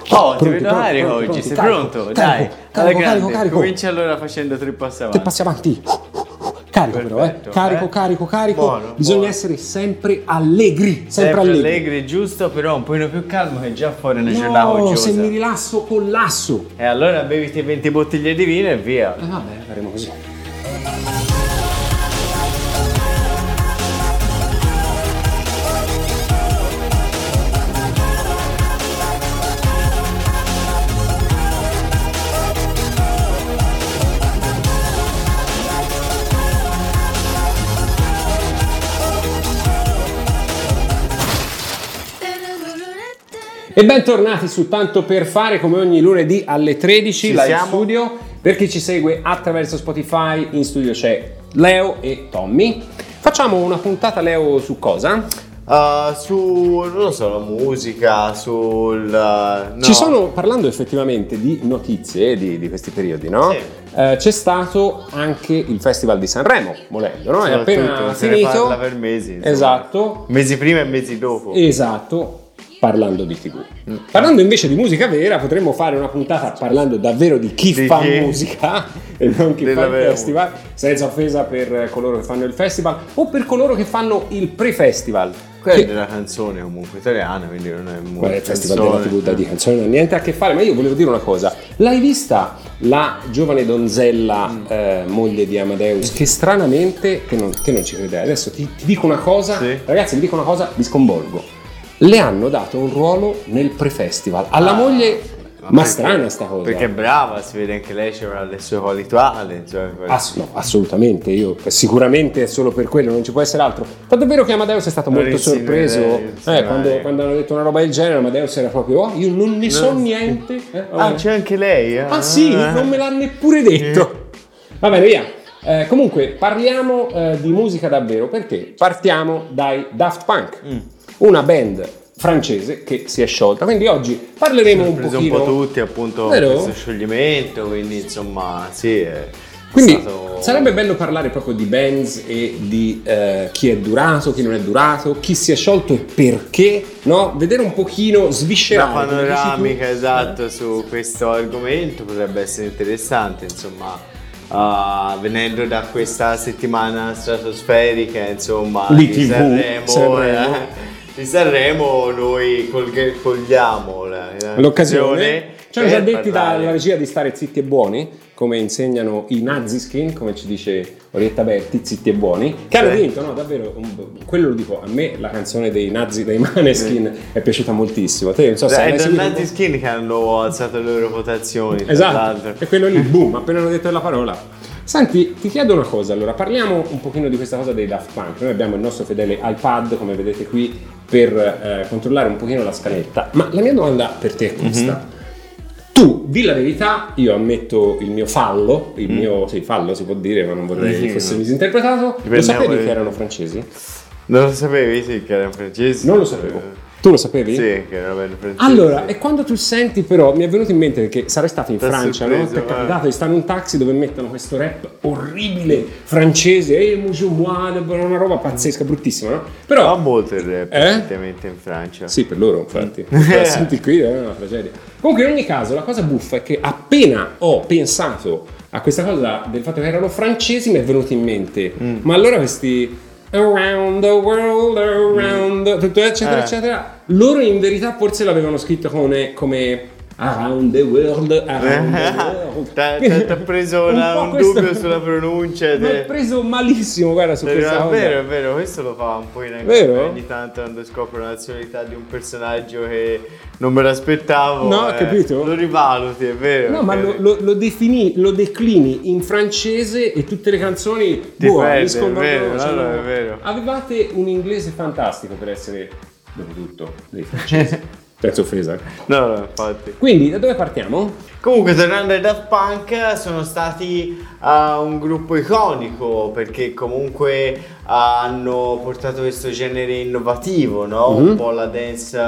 Oh, ti vedo carico oggi, sei pronto? Dai, Carico. Comincia allora facendo 3 passi avanti. 3 passi avanti. Carico Perfetto, però, carico. Buono, Bisogna buono. essere sempre allegri, Sempre allegri, giusto, però un pochino più calmo che già fuori è una giornata No, uggiosa. se mi rilasso collasso. E allora beviti 20 bottiglie di vino e via. Vabbè, faremo così. E bentornati su Tanto per fare, come ogni lunedì alle 13 live siamo. studio. Per chi ci segue attraverso Spotify, in studio c'è Leo e Tommy. Facciamo una puntata, Leo, su cosa? Non lo so, la musica, no. Ci sono, parlando effettivamente di notizie di questi periodi, no? Sì. C'è stato anche il Festival di Sanremo, volendo, no? È appena se ne finito. parla per mesi, insomma. Esatto. Mesi prima e mesi dopo. Esatto, parlando di TV. Parlando invece di musica vera, potremmo fare una puntata parlando davvero di chi fa musica e non chi fa il festival, senza offesa per coloro che fanno il festival o per coloro che fanno il pre-festival. Quella è della canzone comunque italiana, quindi non è molto. Il festival della TV da di canzone non ha niente a che fare, ma io volevo dire una cosa. L'hai vista la giovane donzella moglie di Amadeus che stranamente, che non ci crede, adesso ti dico una cosa, sì. Ragazzi, vi dico una cosa, vi sconvolgo. Le hanno dato un ruolo nel pre-festival alla moglie, ma strana sta cosa. Perché è brava, si vede anche lei c'era le sue qualità. No, assolutamente, io sicuramente è solo per quello, non ci può essere altro. Tanto è vero che Amadeus è stato molto sorpreso quando hanno detto una roba del genere. Amadeus era proprio, io non ne so niente. C'è anche lei? Ah sì, non me l'ha neppure detto. Va bene, via. Comunque parliamo di musica davvero, perché partiamo dai Daft Punk, una band francese che si è sciolta, quindi oggi parleremo un pochino. Un po' tutti appunto questo scioglimento, quindi insomma sì. Quindi sarebbe bello parlare proprio di bands e di chi è durato, chi non è durato, chi si è sciolto e perché, no? Vedere un pochino, sviscerare una panoramica esatto su questo argomento potrebbe essere interessante, insomma. Venendo da questa settimana stratosferica, insomma, di Sanremo, noi cogliamo l'occasione. Ci hanno già detti dalla regia di stare zitti e buoni, come insegnano i Naziskin, come ci dice Orietta Berti, zitti e buoni, che hanno vinto, no? Davvero, quello lo dico, a me la canzone dei Nazi, dei Maneskin è piaciuta moltissimo. Te non so se è dei Naziskin che hanno alzato le loro votazioni. Esatto, e quello lì, boom, appena hanno detto la parola. Senti, ti chiedo una cosa, allora, parliamo un pochino di questa cosa dei Daft Punk. Noi abbiamo il nostro fedele iPad, come vedete qui, per controllare un pochino la scaletta, ma la mia domanda per te è questa. Tu, di la verità, io ammetto il mio fallo, fallo si può dire, ma non vorrei che fosse misinterpretato. Lo sapevi che erano francesi? Non lo sapevi, sì, che erano francesi? Non lo sapevo. Tu lo sapevi? Sì, che era bello francese. Allora, e quando tu senti però, mi è venuto in mente perché sarai stato in Francia, sorpreso, no? Ti è capitato di stare in un taxi dove mettono questo rap orribile francese, una roba pazzesca, bruttissima, no? Però fa molto il rap effettivamente in Francia. Sì, per loro infatti. Senti qui, è una tragedia. Comunque in ogni caso, la cosa buffa è che appena ho pensato a questa cosa del fatto che erano francesi mi è venuto in mente, ma allora questi Around the world, tutto eccetera eccetera, loro in verità forse l'avevano scritto come Around the world, Ti ha preso un dubbio sulla pronuncia. Mi ha preso malissimo, guarda, su questa cosa. È vero, questo lo fa un po' in ogni tanto quando scopro la nazionalità di un personaggio che non me l'aspettavo. No, capito? Lo rivaluti, è vero. No, ma lo declini in francese e tutte le canzoni ti perde, è vero. Avevate un inglese fantastico per essere, dopo tutto, dei francesi. Senza offesa. No, infatti. Quindi, da dove partiamo? Comunque, tornando ai Daft Punk, sono stati un gruppo iconico perché comunque hanno portato questo genere innovativo, no? Un po' la dance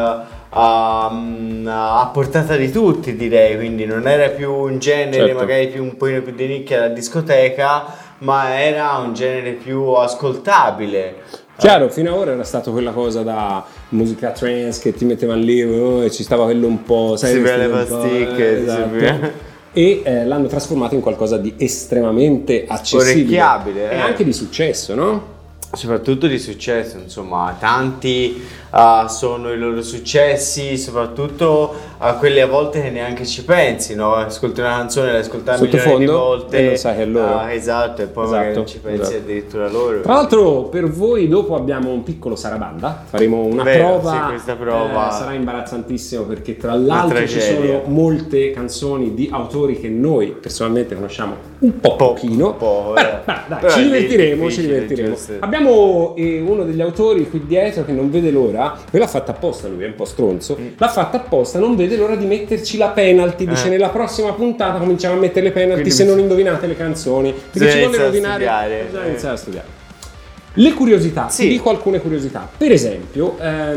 a portata di tutti, direi, quindi non era più un genere magari più un pochino più di nicchia da discoteca, ma era un genere più ascoltabile. Chiaro, fino ad ora era stato quella cosa da musica trance che ti mettevano lì e ci stava quello un po', sai, si vede le pasticche, esatto. E l'hanno trasformato in qualcosa di estremamente accessibile, orecchiabile, e anche di successo, no? Soprattutto di successo, insomma, tanti sono i loro successi, soprattutto quelli a volte che neanche ci pensi, no? Ascolti una canzone, l'ascolti milioni di volte e non sai che è loro. Esatto, e poi magari non ci pensi addirittura loro. Tra l'altro per voi dopo abbiamo un piccolo sarabanda, faremo una prova, sì, questa prova sarà imbarazzantissimo perché tra l'altro ci sono molte canzoni di autori che noi personalmente conosciamo un pochino, dai, ci divertiremo. Abbiamo uno degli autori qui dietro che non vede l'ora, ve l'ha fatta apposta lui, è un po' stronzo, l'ha fatta apposta, non vede l'ora di metterci la penalty, dice nella prossima puntata cominciamo a mettere le penalty. Quindi se non indovinate le canzoni, perché ci vuole indovinare, bisogna iniziare a studiare. Le curiosità, ti dico alcune curiosità. Per esempio,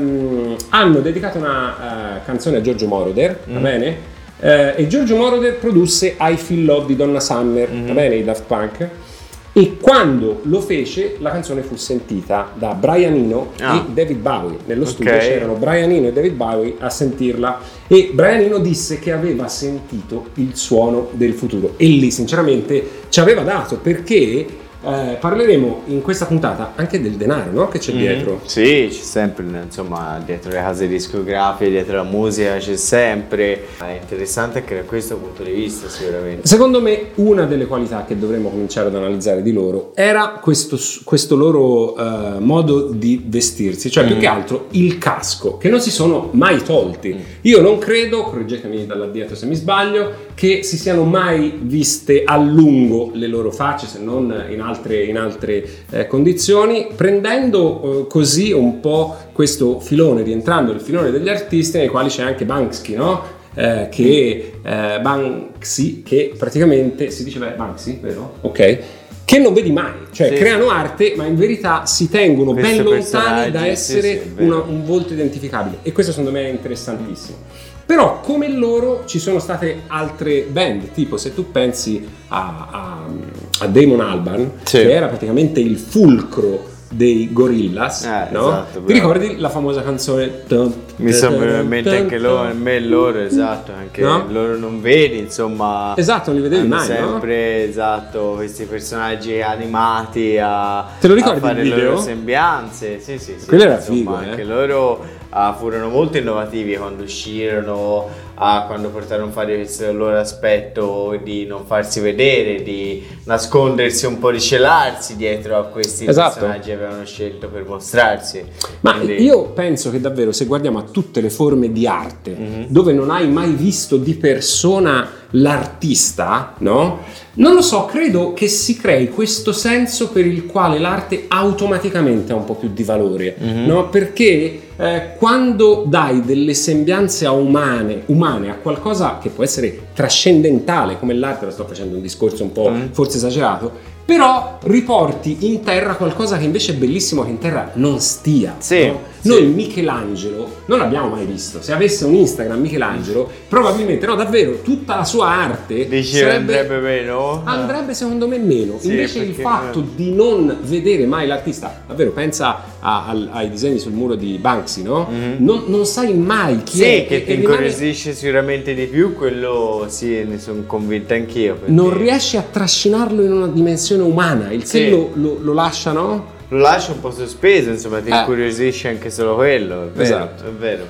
hanno dedicato una canzone a Giorgio Moroder, va bene? E Giorgio Moroder produsse I Feel Love di Donna Summer, va bene, i Daft Punk. E quando lo fece la canzone fu sentita da Brian Eno e David Bowie. Nello studio c'erano Brian Eno e David Bowie a sentirla, e Brian Eno disse che aveva sentito il suono del futuro, e lì sinceramente ci aveva dato, perché parleremo in questa puntata anche del denaro, no? Che c'è dietro. Sì, c'è sempre, insomma, dietro le case discografiche, dietro la musica c'è sempre. È interessante anche da questo punto di vista, sicuramente. Secondo me una delle qualità che dovremmo cominciare ad analizzare di loro era questo loro modo di vestirsi, cioè più che altro il casco, che non si sono mai tolti. Io non credo, correggetemi dall'addietro se mi sbaglio, che si siano mai viste a lungo le loro facce, se non in altre condizioni, prendendo così un po' questo filone, rientrando nel filone degli artisti nei quali c'è anche Banksy, no? Banksy, che praticamente si dice Banksy, vero? Ok. Che non vedi mai, cioè creano arte, ma in verità si tengono ben lontani da essere un volto identificabile, e questo secondo me è interessantissimo. Però come loro ci sono state altre band, tipo se tu pensi a Damon Albarn, che era praticamente il fulcro dei Gorillaz, no? Esatto, ti ricordi la famosa canzone? Mi sembra in mente anche loro, esatto, anche loro non vedi, insomma. Esatto, non li vedevi mai, sempre, no? Esatto, questi personaggi animati Te lo ricordi a fare il video? le loro sembianze, sì. Quello era insomma, figo, anche loro furono molto innovativi quando uscirono, quando portarono a fare questo loro aspetto di non farsi vedere, di nascondersi un po', di celarsi dietro a questi personaggi che avevano scelto per mostrarsi. Ma io penso che davvero, se guardiamo a tutte le forme di arte dove non hai mai visto di persona l'artista, no? Non lo so, credo che si crei questo senso per il quale l'arte automaticamente ha un po' più di valore, no? Perché quando dai delle sembianze umane a qualcosa che può essere trascendentale come l'arte, lo sto facendo un discorso un po' forse esagerato, però riporti in terra qualcosa che invece è bellissimo che in terra non stia. No? Noi Michelangelo non l'abbiamo mai visto. Se avesse un Instagram Michelangelo, probabilmente, no, davvero, tutta la sua arte andrebbe meno? Andrebbe secondo me meno. Invece il fatto di non vedere mai l'artista, davvero, pensa ai disegni sul muro di Banksy, no? Non sai mai chi è. Che ti incuriosisce sicuramente di più, quello ne sono convinta anch'io. Perché non riesci a trascinarlo in una dimensione umana, il che lo lascia, no? Lo lascia un po' sospeso, insomma, ti incuriosisce anche solo quello, è vero, esatto. È vero.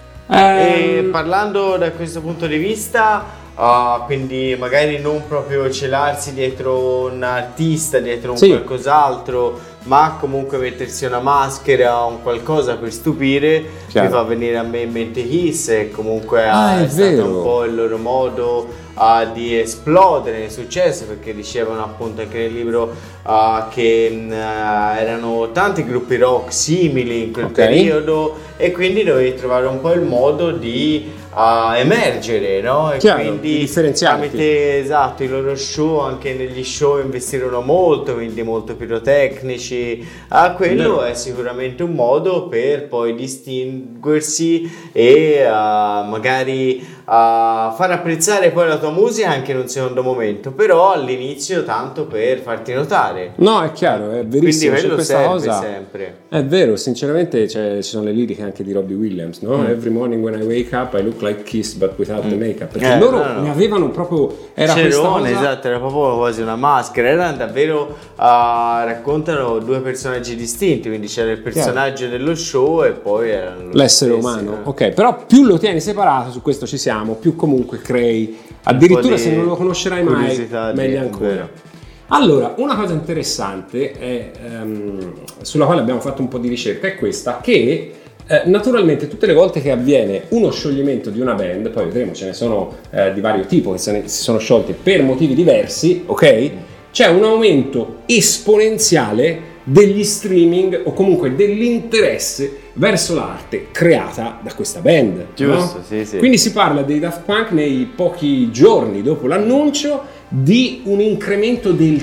E parlando da questo punto di vista, quindi magari non proprio celarsi dietro un artista, dietro un qualcos'altro, ma comunque mettersi una maschera o un qualcosa per stupire. Mi fa venire a me in mente Kiss, e comunque è stato un po' il loro modo di esplodere nel successo, perché dicevano appunto anche nel libro che erano tanti gruppi rock simili in quel periodo, e quindi dovevi trovare un po' il modo di emergere, no? E quindi tramite i loro show, anche negli show investirono molto, quindi molto pirotecnici, semplici a quello, è sicuramente un modo per poi distinguersi e magari far apprezzare poi la tua musica anche in un secondo momento, però all'inizio tanto per farti notare. No, è chiaro, è verissimo. Quindi quello questa serve cosa sempre. È vero, sinceramente ci sono le liriche anche di Robbie Williams, no? Every morning when I wake up I look like Kiss but without the makeup, perché loro ne avevano proprio, era questa cosa... Esatto, era proprio quasi una maschera, era davvero raccontano due personaggi distinti, quindi c'era il personaggio dello show e poi erano l'essere umano, ok, però più lo tieni separato, su questo ci siamo, più comunque crei, addirittura se non lo conoscerai mai, meglio ancora. Allora, una cosa interessante è, sulla quale abbiamo fatto un po' di ricerca è questa, che naturalmente tutte le volte che avviene uno scioglimento di una band, poi vedremo ce ne sono di vario tipo che si sono sciolti per motivi diversi, ok? C'è un aumento esponenziale degli streaming o comunque dell'interesse verso l'arte creata da questa band. Giusto, no? sì. Quindi si parla dei Daft Punk nei pochi giorni dopo l'annuncio di un incremento del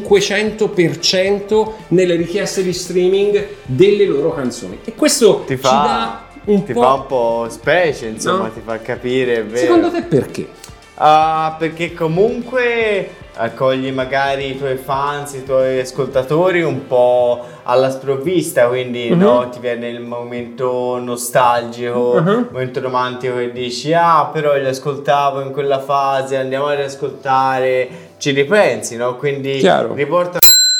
500% nelle richieste di streaming delle loro canzoni. E questo ci dà un po' specie, insomma, no? Ti fa capire, è vero. Secondo te perché? Perché comunque accogli magari i tuoi fans, i tuoi ascoltatori un po' alla sprovvista, quindi no, ti viene il momento nostalgico, il momento romantico che dici però li ascoltavo in quella fase, andiamo a riascoltare, ci ripensi, no? Quindi riporta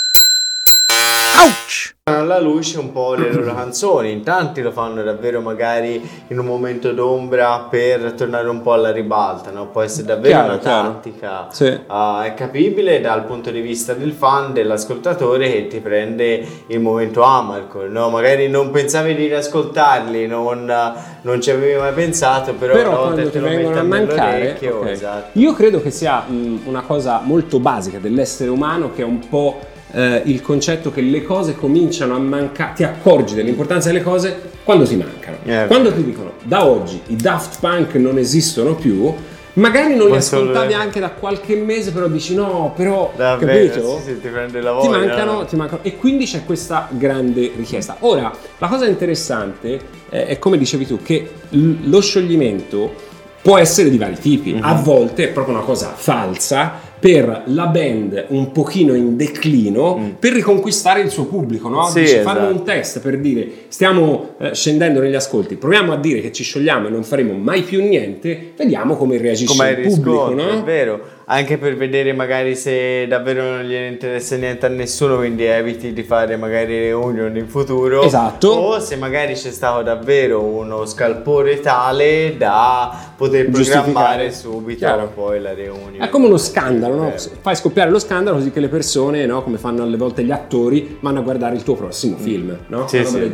alla luce un po' le loro canzoni. In tanti lo fanno davvero magari in un momento d'ombra per tornare un po' alla ribalta, no? Può essere davvero una tattica, è capibile dal punto di vista del fan, dell'ascoltatore che ti prende il momento Amarcord, no? Magari non pensavi di riascoltarli, non ci avevi mai pensato, però quando te lo vengono a mancare, esatto. Io credo che sia una cosa molto basica dell'essere umano, che è un po' il concetto che le cose cominciano a mancare, ti accorgi dell'importanza delle cose quando ti mancano. Quando ti dicono da oggi i Daft Punk non esistono più, magari non li ascoltavi anche da qualche mese, però dici no, però capito? Sì, ti prende la voglia, ti mancano, e quindi c'è questa grande richiesta. Ora, la cosa interessante è come dicevi tu, che lo scioglimento può essere di vari tipi, a volte è proprio una cosa falsa per la band un pochino in declino per riconquistare il suo pubblico, no? Fanno un test per dire stiamo scendendo negli ascolti, proviamo a dire che ci sciogliamo e non faremo mai più niente, vediamo come reagisce il pubblico, no? È vero, anche per vedere magari se davvero non gliene interessa niente a nessuno, quindi eviti di fare magari reunion in futuro, o se magari c'è stato davvero uno scalpore tale da poter programmare subito poi la reunion. È come uno scandalo, no? Fai scoppiare lo scandalo così che le persone, no? Come fanno alle volte gli attori, vanno a guardare il tuo prossimo film, no?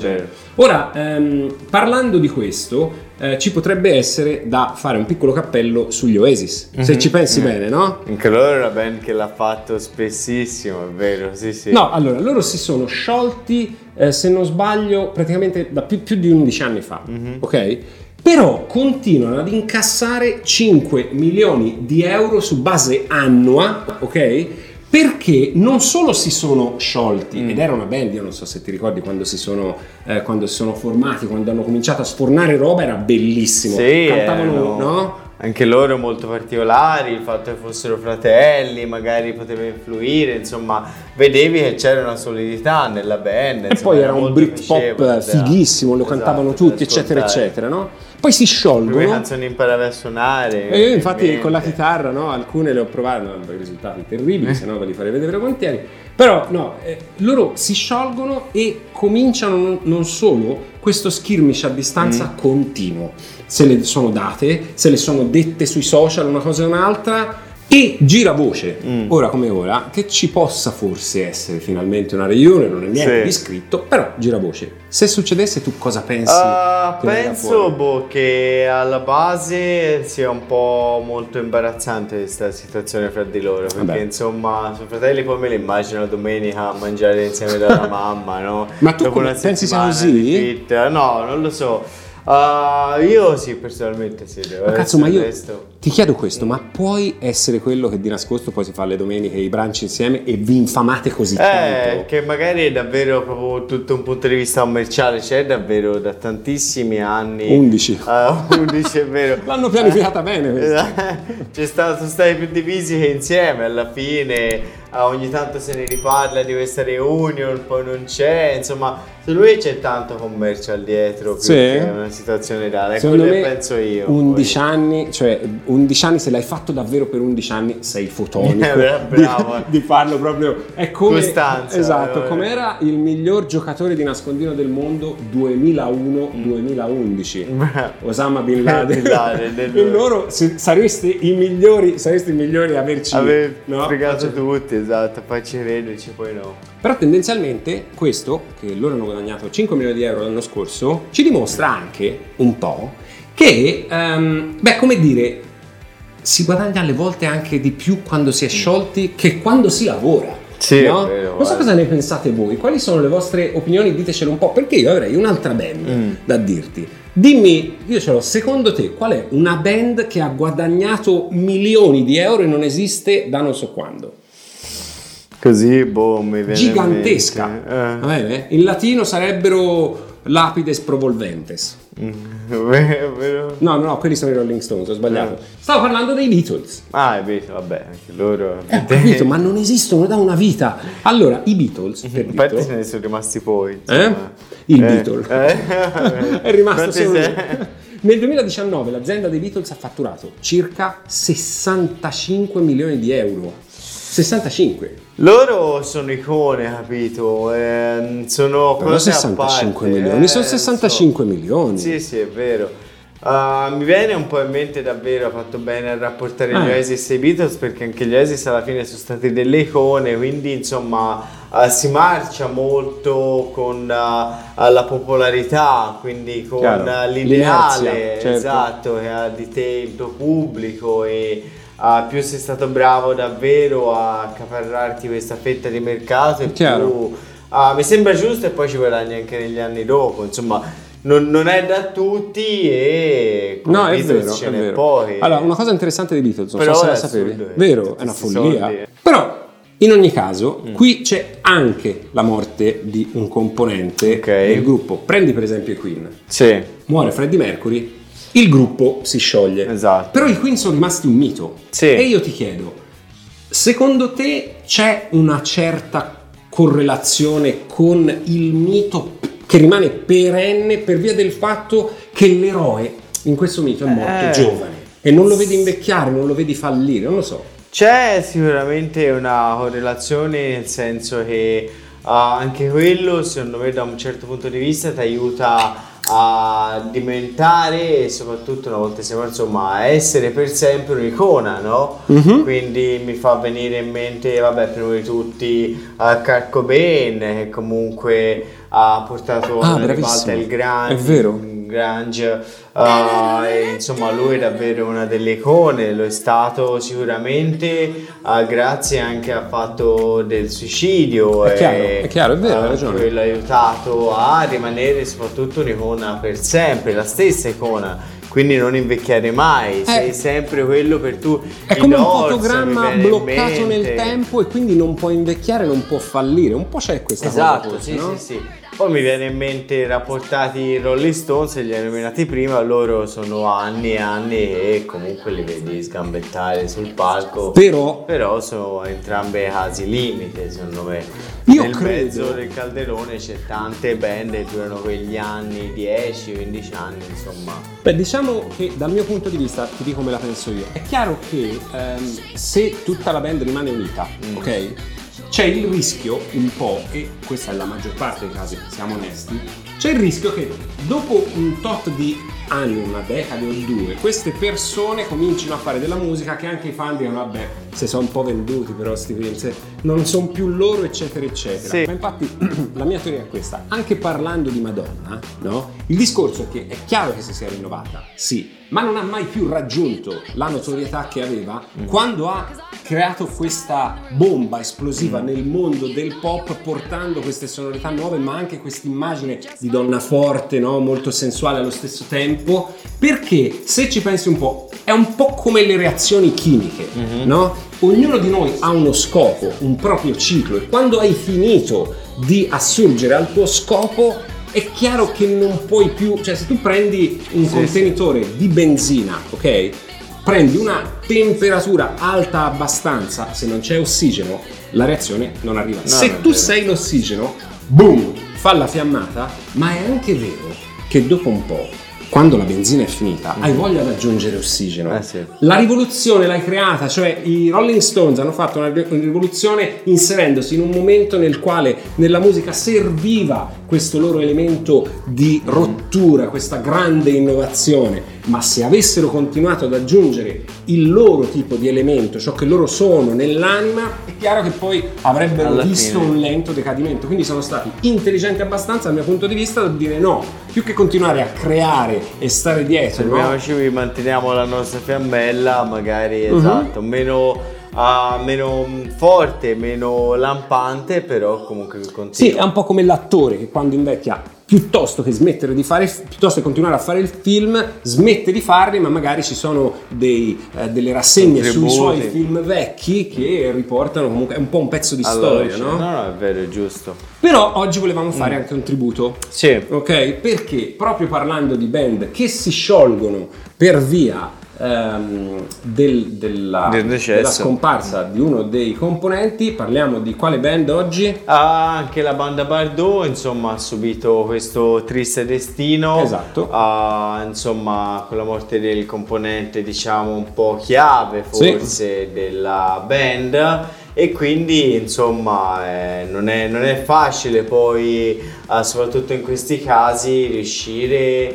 Ora, parlando di questo, ci potrebbe essere da fare un piccolo cappello sugli Oasis, se ci pensi bene, no? Anche loro è una band che l'ha fatto spessissimo, è vero, sì. No, allora, loro si sono sciolti, se non sbaglio, praticamente da più di 11 anni fa, ok? Però continuano ad incassare 5 milioni di euro su base annua, ok? Perché non solo si sono sciolti, ed era una band, io non so se ti ricordi quando si sono formati, quando hanno cominciato a sfornare roba, era bellissimo, cantavano, no? Anche loro molto particolari, il fatto che fossero fratelli magari poteva influire, insomma vedevi che c'era una solidità nella band, e poi era un Britpop fighissimo, lo cantavano tutti, eccetera eccetera, no? Poi si sciolgono. Le canzoni imparavi a suonare. E io infatti con la chitarra, no, alcune le ho provate, non hanno risultati terribili, se no ve li farei vedere volentieri. Però no, loro si sciolgono e cominciano non solo questo skirmish a distanza continuo. Se le sono date, se le sono dette sui social una cosa e un'altra, e gira voce, ora come ora, che ci possa forse essere finalmente una reunion, non è niente di scritto, però gira voce. Se succedesse, tu cosa pensi? Penso che alla base sia un po' molto imbarazzante questa situazione fra di loro, perché insomma sono fratelli, poi me li immagino domenica a mangiare insieme dalla mamma, no? Ma tu pensi sia così? No, non lo so. Io sì, personalmente sì. Ma cazzo, ma io ti chiedo questo, ma puoi essere quello che di nascosto poi si fa le domeniche e i brunch insieme e vi infamate così tanto? Che magari è davvero proprio tutto un punto di vista commerciale, c'è davvero da tantissimi anni. 11. 11 è vero. L'hanno pianificata bene questa. Sono stati più divisi che insieme alla fine. Ogni tanto se ne riparla di questa reunion, poi non c'è, insomma, su lui c'è tanto commercial dietro, più che una situazione reale, è quello che penso io. 11 anni, cioè 11 anni, se l'hai fatto davvero per 11 anni sei fotonico. Bravo. Di farlo proprio, è come Costanza. Esatto, come era il miglior giocatore di nascondino del mondo 2001-2011. Osama Bin Laden. E loro sareste i migliori a averci fregato tutti. Esatto, facci crederci, poi no. Però tendenzialmente questo, che loro hanno guadagnato 5 milioni di euro l'anno scorso, ci dimostra anche un po' che, come dire, si guadagna alle volte anche di più quando si è sciolti che quando si lavora. Sì, no? è vero, non so cosa ne pensate voi, quali sono le vostre opinioni, ditecelo un po', perché io avrei un'altra band da dirti. Dimmi, io ce l'ho, secondo te qual è una band che ha guadagnato milioni di euro e non esiste da non so quando? Così, mi viene gigantesca. Va bene? In latino sarebbero lapides provolventes. Vero? No, quelli sono i Rolling Stones, ho sbagliato. Stavo parlando dei Beatles. I Beatles, vabbè, anche loro. Capito, ma non esistono da una vita. Allora, i Beatles, per infatti se ne sono rimasti poi. Il Beatle. È rimasto solo. Nel 2019 l'azienda dei Beatles ha fatturato circa 65 milioni di euro. 65. Loro sono icone, capito? Sono cose 65 milioni, sono 65 milioni. Sì, è vero. Mi viene un po' in mente davvero, ha fatto bene a rapportare gli Oasis e i Beatles, perché anche gli Oasis alla fine sono stati delle icone, quindi insomma si marcia molto con la popolarità, quindi con l'ideale, certo. Esatto, che ha di te il tuo pubblico e più sei stato bravo davvero a accaparrarti questa fetta di mercato e più mi sembra giusto, e poi ci guadagni anche negli anni dopo, insomma non è da tutti e no, è vero, ce è n'è vero. poi. Allora, una cosa interessante dei Beatles, non però so se la sapevi, vero, è una follia. Soldi. Però in ogni caso qui c'è anche la morte di un componente del gruppo. Prendi per esempio i Queen. Sì. Muore Freddie Mercury, il gruppo si scioglie. Esatto. Però i Queen sono rimasti un mito. Sì. E io ti chiedo, secondo te c'è una certa correlazione con il mito che rimane perenne per via del fatto che l'eroe in questo mito è morto giovane e non lo vedi invecchiare, non lo vedi fallire, non lo so. C'è sicuramente una correlazione, nel senso che anche quello, secondo me, da un certo punto di vista ti aiuta a diventare e soprattutto una volta sei insomma a essere per sempre un'icona, no? Quindi mi fa venire in mente, vabbè, prima di tutti Kurt Cobain, che comunque ha portato alla ribalta il grunge, e insomma lui è davvero una delle icone, lo è stato sicuramente grazie anche al fatto del suicidio. È chiaro, è vero, hai ragione. Quello ha aiutato a rimanere soprattutto un'icona per sempre, la stessa icona. Quindi non invecchiare mai, sei sempre quello per tu. È come un fotogramma bloccato nel tempo e quindi non può invecchiare, non può fallire. Un po' c'è questa cosa. Forse, no? Sì. Poi mi viene in mente rapportati i Rolling Stones, li hai nominati prima, loro sono anni e anni e comunque li vedi sgambettare sul palco. Però sono entrambe casi limite, secondo me. Io Nel credo. mezzo del calderone c'è tante band che durano quegli anni, 10-15 anni, insomma. Beh, diciamo che dal mio punto di vista, ti dico come la penso io, è chiaro che se tutta la band rimane unita, ok? C'è il rischio un po', e questa è la maggior parte dei casi, siamo onesti, c'è il rischio che dopo un tot di anni, una decade o due, queste persone comincino a fare della musica che anche i fan dicono vabbè, se sono un po' venduti però sti Prince, non sono più loro, eccetera eccetera. Sì. Ma infatti la mia teoria è questa, anche parlando di Madonna, no? Il discorso è che è chiaro che si sia rinnovata, sì, ma non ha mai più raggiunto la notorietà che aveva quando ha creato questa bomba esplosiva nel mondo del pop, portando queste sonorità nuove ma anche questa immagine di donna forte, no? Molto sensuale allo stesso tempo, Perché se ci pensi un po', è un po' come le reazioni chimiche, no? Ognuno di noi ha uno scopo, un proprio ciclo, e quando hai finito di assurgere al tuo scopo è chiaro che non puoi più, cioè se tu prendi un contenitore di benzina, ok? Prendi una temperatura alta abbastanza, se non c'è ossigeno la reazione non arriva. No, se tu sei l'ossigeno, boom, fa la fiammata. Ma è anche vero che dopo un po', quando la benzina è finita, hai voglia di aggiungere ossigeno. Sì. La rivoluzione l'hai creata, cioè i Rolling Stones hanno fatto una rivoluzione inserendosi in un momento nel quale nella musica serviva questo loro elemento di rottura, questa grande innovazione. Ma se avessero continuato ad aggiungere il loro tipo di elemento, ciò che loro sono nell'anima, è chiaro che poi avrebbero alla visto fine un lento decadimento. Quindi sono stati intelligenti abbastanza dal mio punto di vista da dire no, più che continuare a creare e stare dietro, no? Manteniamo la nostra fiammella, magari esatto, meno forte, meno lampante, però comunque continua. Sì, è un po' come l'attore che quando invecchia, piuttosto che continuare a fare il film, smette di farli, ma magari ci sono delle rassegne sui suoi film vecchi che riportano comunque un po' un pezzo di storia, no? No, è vero, è giusto. Però oggi volevamo fare anche un tributo. Sì. Ok? Perché proprio parlando di band che si sciolgono per via della scomparsa di uno dei componenti, parliamo di quale band oggi? Anche la banda Bardot, insomma, ha subito questo triste destino. Esatto. Insomma, con la morte del componente, diciamo, un po' chiave forse della band. E quindi insomma non è facile poi soprattutto in questi casi riuscire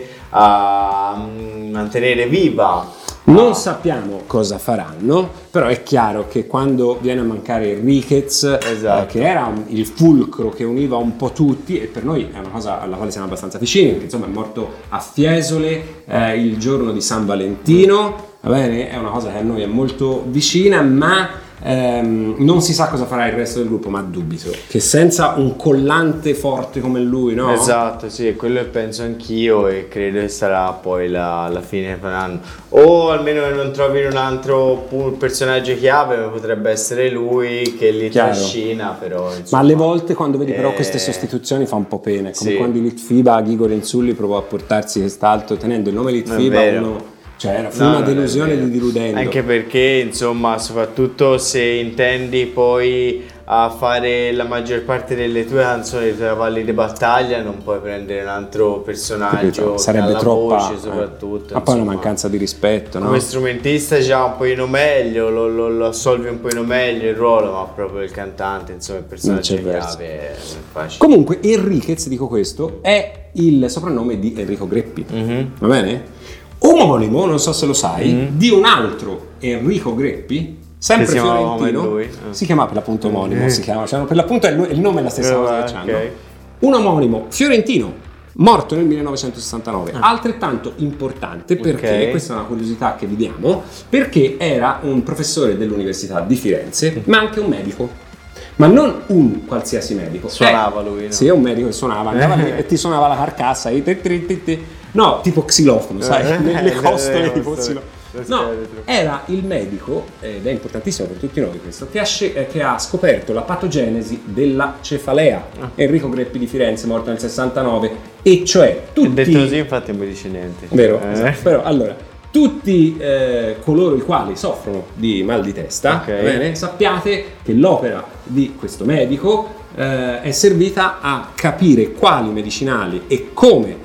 a mantenere viva. Non sappiamo cosa faranno, però è chiaro che quando viene a mancare Ricketts, che era il fulcro che univa un po' tutti, e per noi è una cosa alla quale siamo abbastanza vicini, perché insomma è morto a Fiesole il giorno di San Valentino, va bene? È una cosa che a noi è molto vicina, ma non si sa cosa farà il resto del gruppo, ma dubito che senza un collante forte come lui, no? Esatto, sì, è quello che penso anch'io, e credo che sarà poi la fine che faranno, o almeno che non trovino un altro personaggio chiave, ma potrebbe essere lui che li trascina, però insomma, ma alle volte quando vedi però queste sostituzioni fa un po' pena, come quando Litfiba, Grigore Insulli provò a portarsi quest'altro tenendo il nome Litfiba, cioè fu una delusione di diludendo. Anche perché insomma, soprattutto se intendi poi a fare la maggior parte delle tue canzoni, dei tuoi cavalli di battaglia, non puoi prendere un altro personaggio, sarebbe troppa voce soprattutto, ma poi è una mancanza di rispetto, no? Come strumentista già un pochino meglio, lo assolvi un pochino meglio il ruolo, ma proprio il cantante, insomma, il personaggio chiave è facile. Comunque Enriquez, dico questo, è il soprannome di Enrico Greppi, va bene? Omonimo, non so se lo sai, di un altro Enrico Greppi, sempre fiorentino, si chiama per l'appunto omonimo, cioè per l'appunto il nome è la stessa cosa che c'hanno. Un omonimo fiorentino, morto nel 1969, altrettanto importante perché, questa è una curiosità che vi diamo, perché era un professore dell'Università di Firenze, ma anche un medico. Ma non un qualsiasi medico. Suonava lui, no? Sì, è un medico che suonava, andava lì e ti suonava la carcassa, no, tipo xilofono, sai, le costole tipo xilofono. No, era il medico, ed è importantissimo per tutti noi questo, che ha scoperto la patogenesi della cefalea. Enrico Greppi di Firenze, morto nel 69, e cioè tutti... Detto così infatti non mi dice niente. Vero? Esatto. Però allora, tutti coloro i quali soffrono di mal di testa, bene, sappiate che l'opera di questo medico è servita a capire quali medicinali e come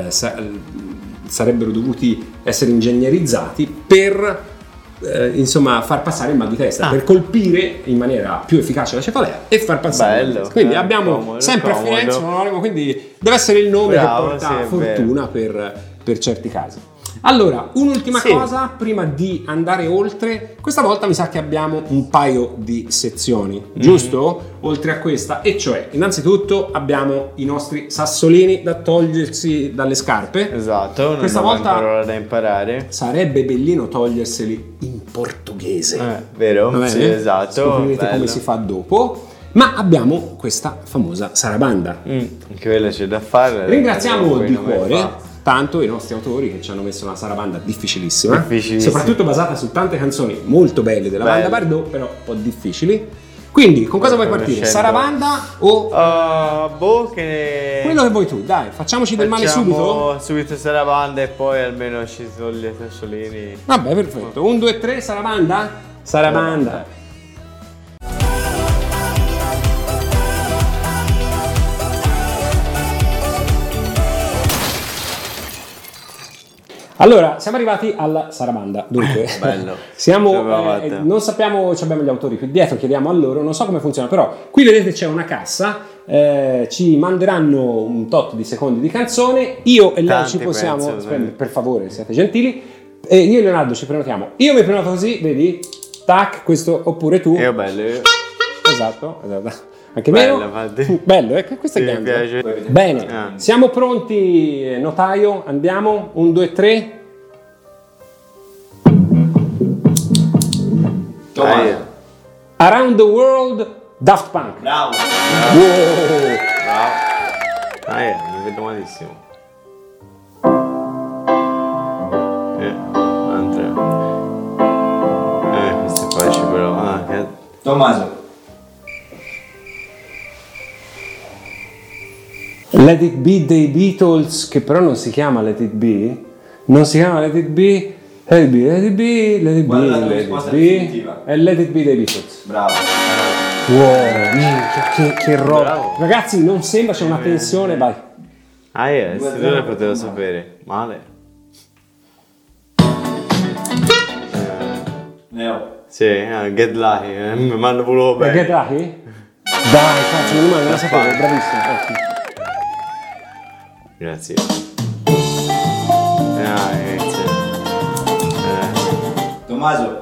sarebbero dovuti essere ingegnerizzati per insomma far passare il mal di testa, per colpire in maniera più efficace la cefalea e far passare il mal di testa. Quindi abbiamo sempre a Firenze un omonimo, quindi deve essere il nome che porta fortuna per certi casi. Allora, un'ultima cosa prima di andare oltre. Questa volta mi sa che abbiamo un paio di sezioni, giusto? Oltre a questa, e cioè, innanzitutto abbiamo i nostri sassolini da togliersi dalle scarpe. Esatto, questa volta parola da imparare. Sarebbe bellino toglierseli in portoghese. Vero? Sì, esatto. Scoprirete come si fa dopo. Ma abbiamo questa famosa sarabanda. Anche quella c'è da fare. Ringraziamo di cuore tanto i nostri autori che ci hanno messo una sarabanda difficilissima, Difficilissima. soprattutto basata su tante canzoni molto belle della Belle. banda Bardot, però un po' difficili. Quindi, con cosa vuoi partire? Conoscendo. Sarabanda o che quello che vuoi tu? Dai, facciamoci del male subito? Subito Sarabanda e poi almeno ci toglie Sassolini. Vabbè, perfetto. 1, 2, 3, Sarabanda? Sarabanda. Allora, siamo arrivati alla sarabanda. Dunque, Bello. non sappiamo, abbiamo gli autori qui dietro, chiediamo a loro, non so come funziona, però qui vedete c'è una cassa, ci manderanno un tot di secondi di canzone, io e Leo Tanti, ci possiamo, penso, aspetta, per favore, siate gentili, e io e Leonardo ci prenotiamo. Io mi prenoto così, vedi? Tac, questo, oppure tu. Io bello. Esatto. Anche Bello, meno. infatti. Bello, questo è Sì, mi grande. piace. Bene, siamo pronti, notaio, andiamo, 1, 2, 3. Around the World, Daft Punk. Bravo. Wow. Bravo. Mi vedo malissimo. Questo è facile però. Tommaso. Let It Be dei Beatles, che però non si chiama Let It Be, non si chiama Let It Be, Let It Be, Let It Be, Let It Be, Qual è la tua Let It risposta Be, definitiva? è Let It Be dei Beatles. Bravo. Wow, minchia, che roba. Bravo. Ragazzi, non sembra, c'è una tensione, vai. Questo non lo potevo sapere. Male. Leo. Sì, Get Lucky. Mi hanno voluto bene. Get Lucky? Dai, cazzo, non la sapevo, bravissimo. Ottimo. Grazie. Tommaso.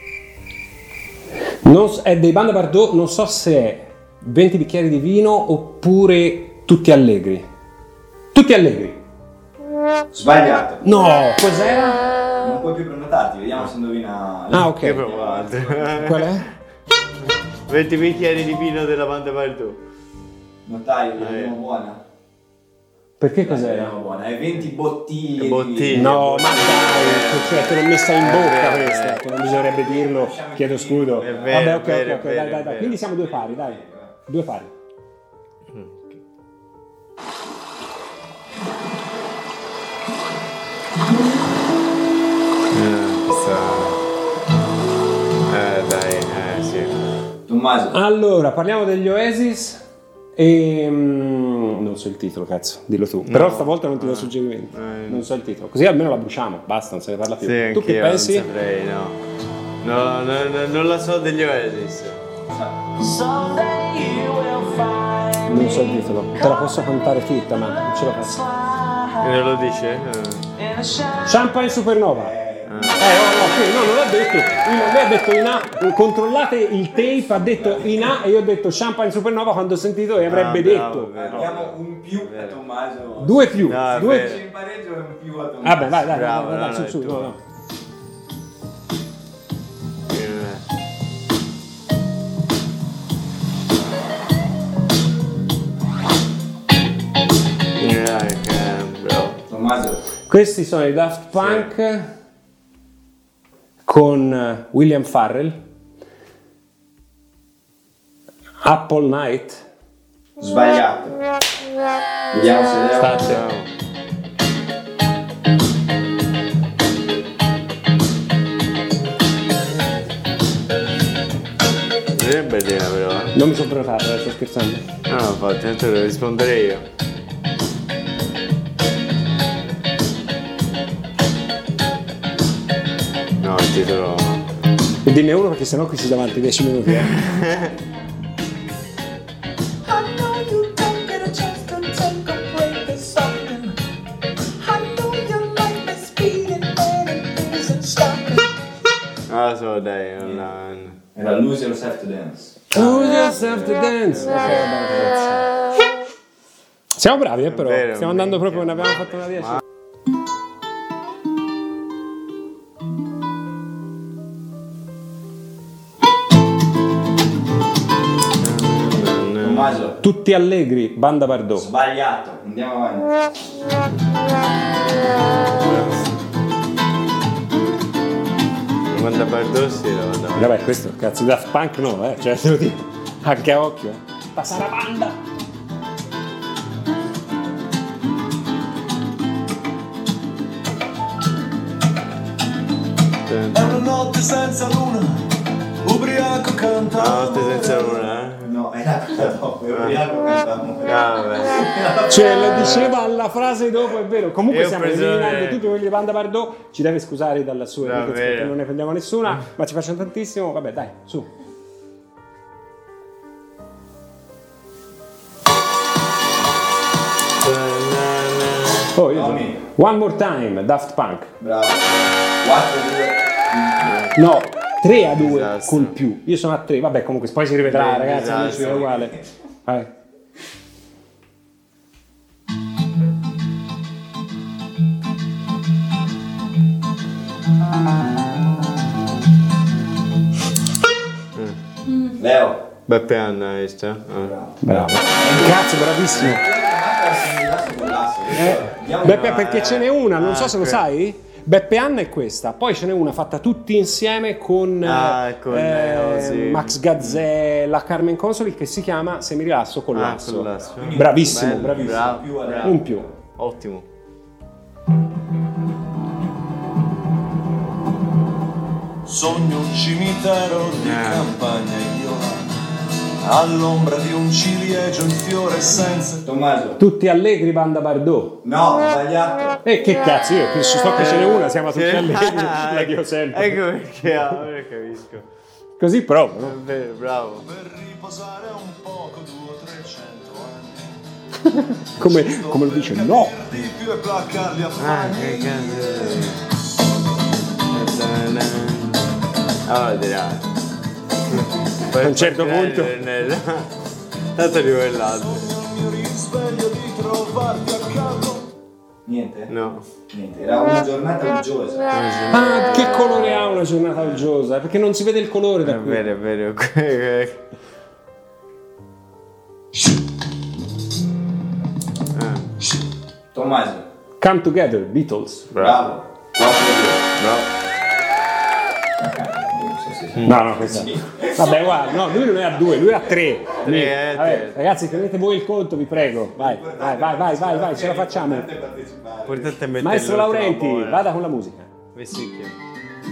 È dei Banda Bardot, non so se è 20 bicchieri di vino oppure Tutti Allegri. Tutti Allegri. Sbagliato. No, cos'era? Non puoi più prenotarti, vediamo se indovina. Ah, ok. Io provo altro. Qual è? 20 bicchieri di vino della banda Bardot. Notaio, vediamo buona. Perché cos'era? Vediamo buona. È 20 bottiglie. di Bottiglie. vino. No, ma dai, cioè te l'ho messa in bocca vero, questa, che non bisognerebbe dirlo, chiedo scudo. È vero, Vabbè, ok, è vero, ok, è dai, vero. dai. Quindi siamo due pari, dai. Due pari. Sì. Tommaso. Allora, parliamo degli Oasis e non so il titolo, cazzo, dillo tu. Però stavolta non ti do suggerimenti. Non so il titolo. Così almeno la bruciamo, basta, non se ne parla più. Sì, Tu che anch'io pensi? non saprei, no. No, non la so degli Oasis. Non so il titolo. Te la posso cantare tutta, ma non ce la faccio. Non lo dice? Champagne Supernova. No, non l'ha detto. Lei ha detto in A, controllate il tape, ha detto in A e io ho detto Champagne Supernova quando ho sentito e avrebbe bravo, detto. vero. Abbiamo un più a Tommaso. Due più. No, è due... vero. C'è in pareggio e un più a Tommaso. Vabbè, vai, Bravo, vai, no, su, no, su, è tuo. no. Tommaso. Questi sono i Daft Punk con William Farrell. Apple Night. Sbagliato. Vediamo se Leo. State. È bellina però. Non mi sono prenotato, sto scherzando. No, infatti, tanto devo rispondere io. No, il titolo. E dimmi uno perché sennò qui si davanti 10 minuti. I know you don't get a chance to take a break this often. I know your life is speeding and it isn't stopping. Non lo so, dai, non. Era Lose Yourself to Dance. Lose yourself to dance. Ok, vabbè. Siamo bravi, però. Vero, Stiamo andando minchia. proprio, ne abbiamo fatto una 10. Tommaso. Tutti allegri, Banda Bardot. Sbagliato. Andiamo avanti. Banda Bardot sì, la banda. Vabbè, questo cazzo di Daft Punk no, cioè te lo dico, anche a occhio. Passa la banda! È una notte senza luna, ubriaco No, cantavo. te senza luna, No, era quella dopo, io ubriaco cantavo. vabbè. Cioè, lo diceva alla frase dopo, è vero. Comunque Io ho stiamo preso eliminando le- tutti quelli di Banda Bardot. Ci deve scusare dalla sua Davvero. educazione, perché non ne prendiamo nessuna, ma ci facciamo tantissimo. Vabbè, dai, su. Oh, io Tommy. One More Time, Daft Punk. Bravo. 4-2. No, 3-2 Disastro. col più. Io sono a 3. Vabbè, comunque poi si rivedrà, Beh, ragazzi. Amici, disastro. è uguale. Vai. Leo. Beppe Anna, hai visto? Ah. Bravo. Cazzo, bravissimo. Beppe, perché ce n'è una, non so se lo ok. sai. Beppe Anna è questa, poi ce n'è una fatta tutti insieme con, sì. Max Gazzè, la Carmen Consoli, che si chiama Se mi rilasso collasso. Collasso. Bravissimo, Bello, bravissimo. bravo. Un più. Ottimo. Sogno un cimitero di campagna io all'ombra di un ciliegio in fiore senza. Tommaso. Tutti allegri, Banda Bardot. No, ho sbagliato. E che cazzo, io che so che ce n'è una, siamo tutti Sì. allegri, la dico sempre. Ecco perché, ora capisco. Così proprio, no? È vero, bravo. Per riposare un poco 200-300 anni. Come lo dice, no! Per di più e placarli a Ah, fare. che cazzo. Allora dirà. A un certo punto. Tanto arrivo l'altro. Il mio risveglio di trovarti accanto. Niente? No. Niente, era una giornata uggiosa. Ah, che colore ha una giornata uggiosa? Perché non si vede il colore da È qui. vero, è vero. Tommaso. Come Together, Beatles. Bravo. 4-2. Bravo. No, questo. Vabbè, guarda, no, lui non è a 2, lui è a 3. Tre, Vabbè, tre. ragazzi, tenete voi il conto, vi prego. Vai, vai, ce la facciamo. Importante è mettere Maestro l'ultima Laurenti, bolla. vada con la musica. Vessicchio.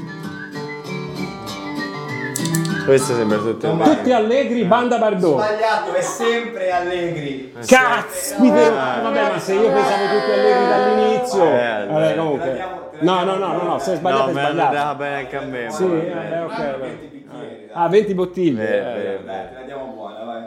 Questo sembra tutto Tutti allegri, Banda Bardot. Sbagliato, è sempre Allegri. Caspita! Vabbè, ma se io pensavo tutti allegri dall'inizio. allora. Vabbè, comunque. No, se è sbagliato No, è me la sbagliato. dava bene anche a me. Sì, ma- vabbè, ok. 20 vabbè. bicchieri. Ah, 20 bottiglie. Beh, Dai, te la diamo buona, vai.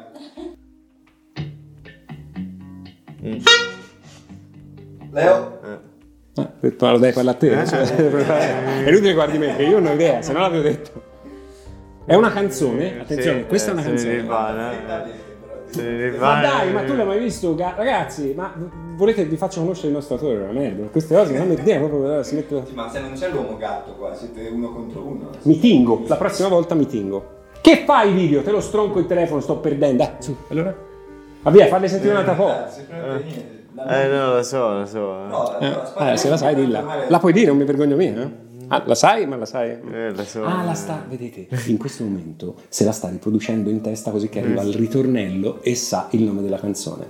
Leo. Ho detto, lo devi parlare a te. Cioè, è inutile che guardi me, che io non ho idea, se no l'avevo detto. È una canzone, attenzione, Sì, questa è una sì, canzone. Nirvana. Sì, Ma Nirvana. dai, ma tu l'hai mai visto? Ragazzi, ma volete che vi faccio conoscere il nostro autore? Una merda. Queste cose non mi idea, proprio si mette... Sì, ma se non c'è l'uomo gatto qua, siete uno contro uno. Mi tingo, la prossima volta mi tingo. Che fai video? Te lo stronco il telefono, sto perdendo. Dai, su, allora. Va via, farle sentire un'altra volta. No, lo so. No, aspetta, Se la sai, dilla. La puoi dire, non mi vergogno mia, Ah, la sai, ma la sai? Lo so. Ah, la sta, vedete, in questo momento se la sta riproducendo in testa così che arriva al ritornello e sa il nome della canzone.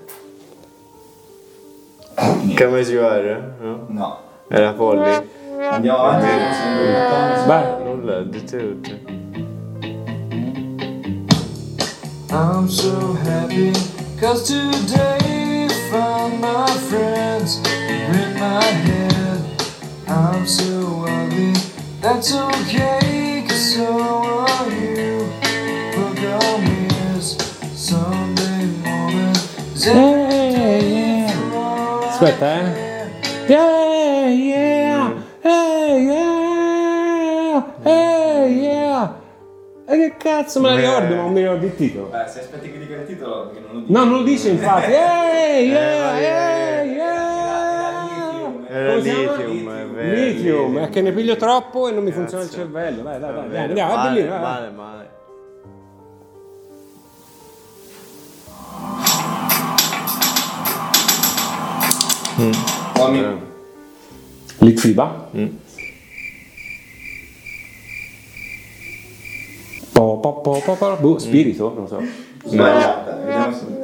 Come you are? No? No. Era Polly? Andiamo avanti. Vai. Nulla, dite tutto. I'm so happy, cause today found my friends in my head. I'm so ugly, that's okay, cause so are you. Forgot is Sunday morning. Aspetta, E che cazzo me la ricordo, ma non mi ricordo il titolo. Se aspetti che dica il titolo, perché non lo dico. No, non lo dice infatti. Era Come si chiama? Lithium, è vero. Lithium, è che ne piglio troppo e non mi funziona il cervello. Vai, andiamo, vai bellino. vai. Male. Tommy. Litfiba. Spirito, non so. Sbagliata. Vediamo se...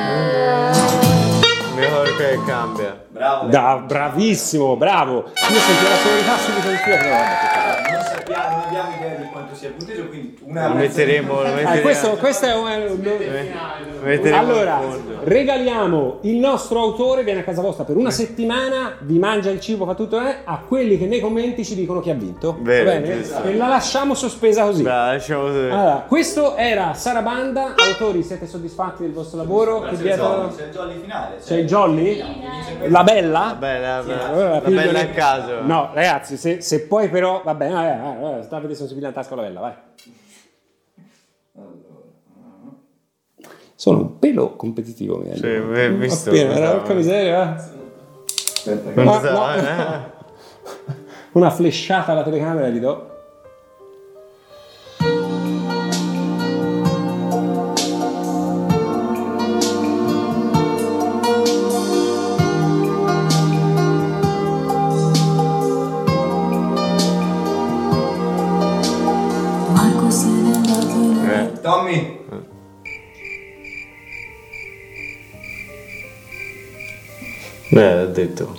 Mejor che cambia. Bravo. Bravissimo, bravo. Io sento la sonorità subito di qui. Non abbiamo idea di quanto sia il punteggio, quindi una Lo metteremo. Questo è Metteremo allora, in fondo. regaliamo il nostro autore, viene a casa vostra per una settimana, vi mangia il cibo, fa tutto a quelli che nei commenti ci dicono chi ha vinto. Bene, Va bene? giusto. E la lasciamo sospesa così. Dai, lasciamo così. Allora, questo era Sarabanda. Autori, siete soddisfatti del vostro lavoro? Che dietro... C'è il jolly finale. C'è il Jolly? La bella? Bella, Allora, la pigliali- bella a caso. No, ragazzi, se poi però... Vabbè, sta a vedere se non si piglia in tasca la bella, vai. Sono un pelo competitivo, mi Sì, visto. Appena, era porca miseria. Aspetta, No, so, no. Una flashata alla telecamera gli do. Marco se n'è andato in Tommy. Ho detto.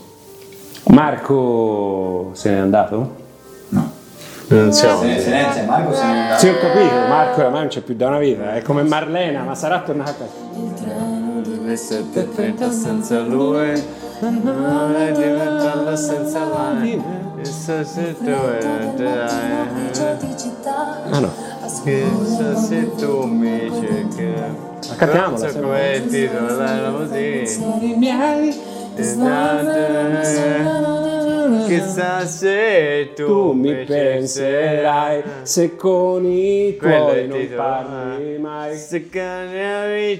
Marco se n'è andato? Non siamo. Se Marco se n'è andato. Sì, ho capito, Marco oramai non c'è più da una vita, è come Marlena, ma sarà tornato a casa. Le 7:30 senza lui, non è diventata senza lei. Chissà se tu di città. Ah no, chissà se tu mi cerchi. cantiamola, Non so se no. come il titolo della musica. I miei Chissà se tu mi penserai se con i Quello è tuoi il non titolo. parli mai. Se cani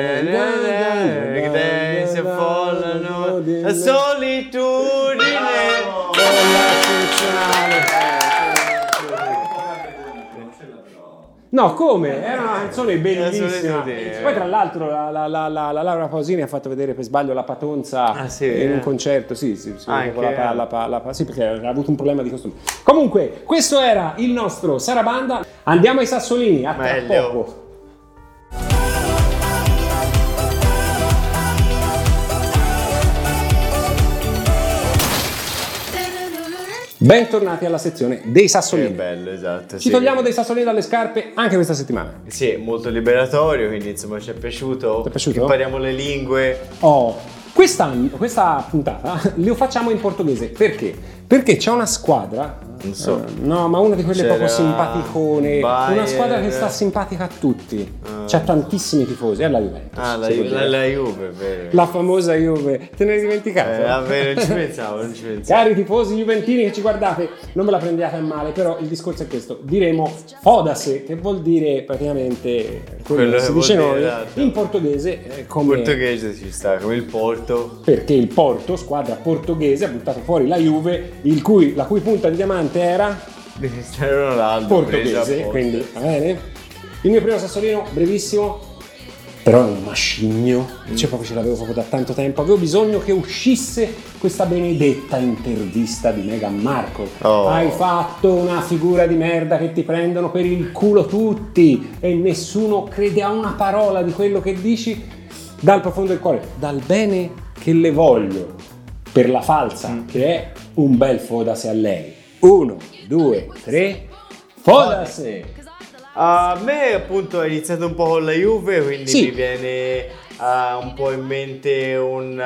che si affollano la solitudine No, come? Era una canzone bellissima. solitudine. Poi tra l'altro la Laura Pausini ha fatto vedere per sbaglio la Patonza Ah, sì, in un concerto, sì, Anche, con sì, perché aveva avuto un problema di costume. Comunque, questo era il nostro Sarabanda. Andiamo ai sassolini, a tra Meglio. poco. Bentornati alla sezione dei Che sassolini. bello, esatto. Ci togliamo dei sassolini dalle scarpe anche questa settimana. Sì, molto liberatorio, quindi insomma ci è piaciuto. Ti è piaciuto? Impariamo le lingue. Questa puntata lo facciamo in portoghese. Perché? Perché c'è una squadra, Non so. no, ma una di quelle C'era proprio simpaticone, Bayern. una squadra che sta simpatica a tutti. C'ha tantissimi tifosi, è la Juventus. Ah, la si può dire. Juve, vero. La famosa Juve, te ne hai dimenticato? Vabbè, non ci pensavo. Cari tifosi juventini che ci guardate, non ve la prendiate a male, però il discorso è questo. Diremo fodase, che vuol dire praticamente quello che Quello si che dice vuol noi dire, esatto. in portoghese come... Portoghese ci sta, come il Porto. Perché il Porto, squadra portoghese, ha buttato fuori la Juve, la cui punta di diamante era Cristiano Ronaldo. preso a portoghese, posto. quindi va bene. Il mio primo sassolino, brevissimo, però è un macigno, cioè proprio ce l'avevo proprio da tanto tempo, avevo bisogno che uscisse questa benedetta intervista di Meghan Markle. Oh. Hai fatto una figura di merda che ti prendono per il culo tutti e nessuno crede a una parola di quello che dici dal profondo del cuore, dal bene che le voglio, per la falsa che è un bel fodase a lei. 1, 2, 3, fodase! A me appunto è iniziato un po' con la Juve, quindi Sì. mi viene un po' in mente un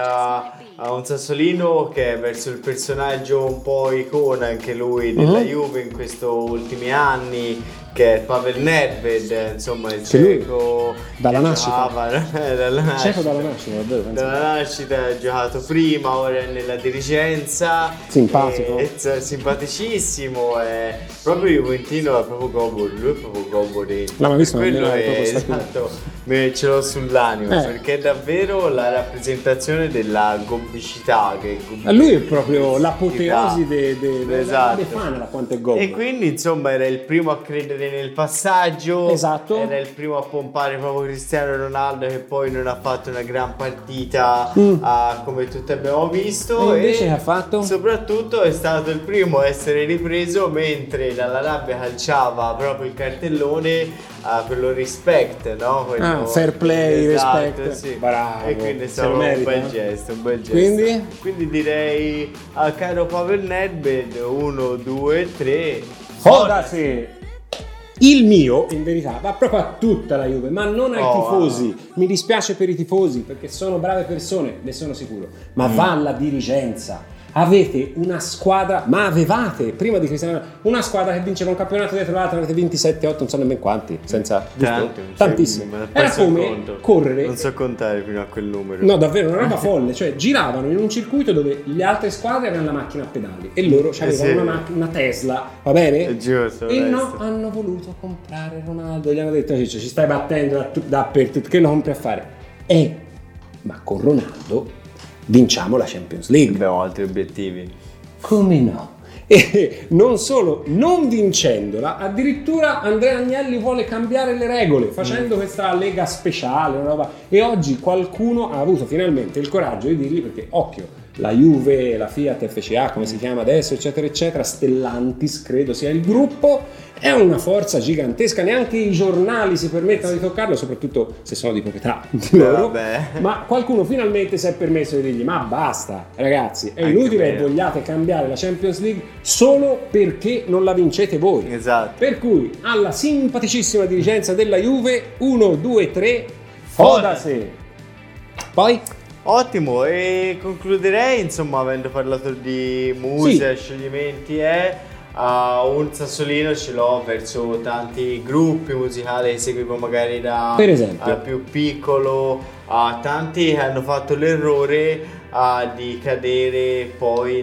sassolino che è verso il personaggio un po' icona anche lui della Juve in questi ultimi anni, che è Pavel Nedved, insomma il Che lui, ceco dalla che nascita. giocava, dalla nascita. Ceco dalla nascita, davvero, penso. Dalla nascita ha giocato prima, ora è nella dirigenza. Simpatico. Simpaticissimo, è proprio juventino, è proprio gobbo, lui è proprio gobbo dentro. L'ho mai visto, Per quello non mi è era proprio esatto, ce l'ho sull'anima, Eh. perché è davvero la rappresentazione della gobbicità. A lui è proprio l'apoteosi Esatto. dei fan, da quanto è gobbo. E quindi insomma era il primo a credere nel passaggio, Esatto. era il primo a pompare proprio Cristiano Ronaldo, che poi non ha fatto una gran partita come tutti abbiamo visto, E invece ha fatto? soprattutto è stato il primo a essere ripreso mentre dalla rabbia calciava proprio il cartellone, quello respect, no? Quello, fair play, esatto, respect. sì. Bravo, E quindi è se stato lo un merita. bel gesto, un bel gesto. Quindi? Direi caro Pavel Nedved, 1, 2, 3. Fodasi! Il mio, in verità, va proprio a tutta la Juve, ma non ai tifosi. Mi dispiace per i tifosi, perché sono brave persone, ne sono sicuro. Ma va alla dirigenza. Avete una squadra, ma avevate, prima di Cristiano Ronaldo, una squadra che vinceva un campionato dietro l'altro, avete 27-8, non so nemmeno quanti, senza... giusto? Tantissimi. Era come correre... Non so contare fino a quel numero. No, davvero, una roba folle, cioè giravano in un circuito dove le altre squadre avevano la macchina a pedali e loro avevano una Tesla, va bene? È giusto. E no, onesto. hanno voluto comprare Ronaldo, gli hanno detto ci stai battendo dappertutto, che lo compri a fare? Ma con Ronaldo vinciamo la Champions League. Abbiamo altri obiettivi. Come no? E non solo, non vincendola, addirittura Andrea Agnelli vuole cambiare le regole facendo questa lega speciale, una roba. E oggi qualcuno ha avuto finalmente il coraggio di dirgli, perché occhio, la Juve, la Fiat FCA, come si chiama adesso, eccetera eccetera, Stellantis credo sia il gruppo, è una forza gigantesca, neanche i giornali si permettono di toccarlo, soprattutto se sono di proprietà di loro. Vabbè. Ma qualcuno finalmente si è permesso di dirgli: ma basta ragazzi, è Anche inutile che vero. vogliate cambiare la Champions League solo perché non la vincete voi. Esatto. Per cui alla simpaticissima dirigenza della Juve, 1, 2, 3, fodase. Poi? Ottimo, e concluderei, insomma, avendo parlato di muse, scioglimenti, un sassolino ce l'ho verso tanti gruppi musicali che seguivo magari da Per esempio? più piccolo, tanti che hanno fatto l'errore di cadere poi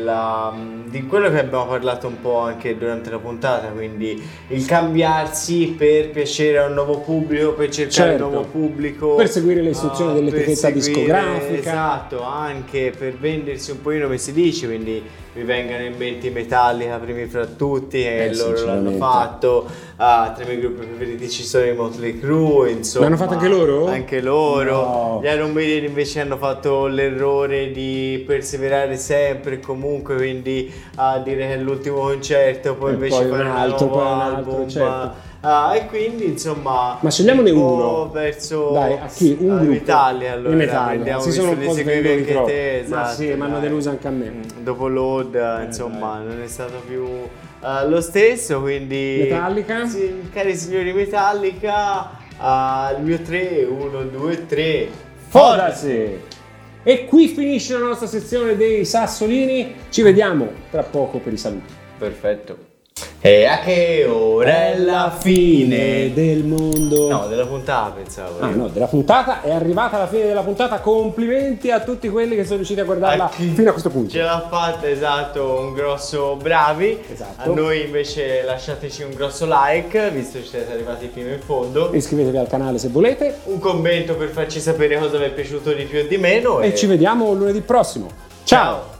di quello che abbiamo parlato un po' anche durante la puntata, quindi il cambiarsi per piacere a un nuovo pubblico, per cercare Certo. un nuovo pubblico, Per seguire le istruzioni per dell'etichetta seguire, discografica. esatto, anche per vendersi un pochino, come si dice, quindi mi vengono in mente i Metallica primi fra tutti, e loro l'hanno sinceramente. fatto. Tra i miei gruppi preferiti ci sono i Motley Crue, insomma. L'hanno fatto anche loro? Anche loro. No. Gli Iron Maiden invece hanno fatto l'errore di perseverare sempre e comunque, quindi a dire che è l'ultimo concerto, poi E invece poi fare un un altro, nuovo poi un altro, album. certo. E quindi insomma, Ma scegliamone un po' uno. verso Dai, a chi? Un gruppo. Italia, allora In Italia. prendiamo, Si sono un visto po' li seguivi svenuti anche troppo. te, Ma esatto, sì, mi hanno dai. deluso anche a me. Dopo Load, insomma, non è stato più lo stesso, quindi Metallica? sì, cari signori Metallica, il mio 3, 1, 2, 3. Fodasi! E qui finisce la nostra sezione dei sassolini. Ci vediamo tra poco per i saluti. Perfetto. E a che ora è la fine? del mondo. No, della puntata pensavo. Ah no, della puntata è arrivata la fine della puntata. Complimenti a tutti quelli che sono riusciti a guardarla fino a questo punto. Ce l'ha fatta, esatto, un grosso bravi. Esatto. A noi invece lasciateci un grosso like, visto che siete arrivati fino in fondo. Iscrivetevi al canale se volete. Un commento per farci sapere cosa vi è piaciuto di più e di meno. E ci vediamo lunedì prossimo. Ciao.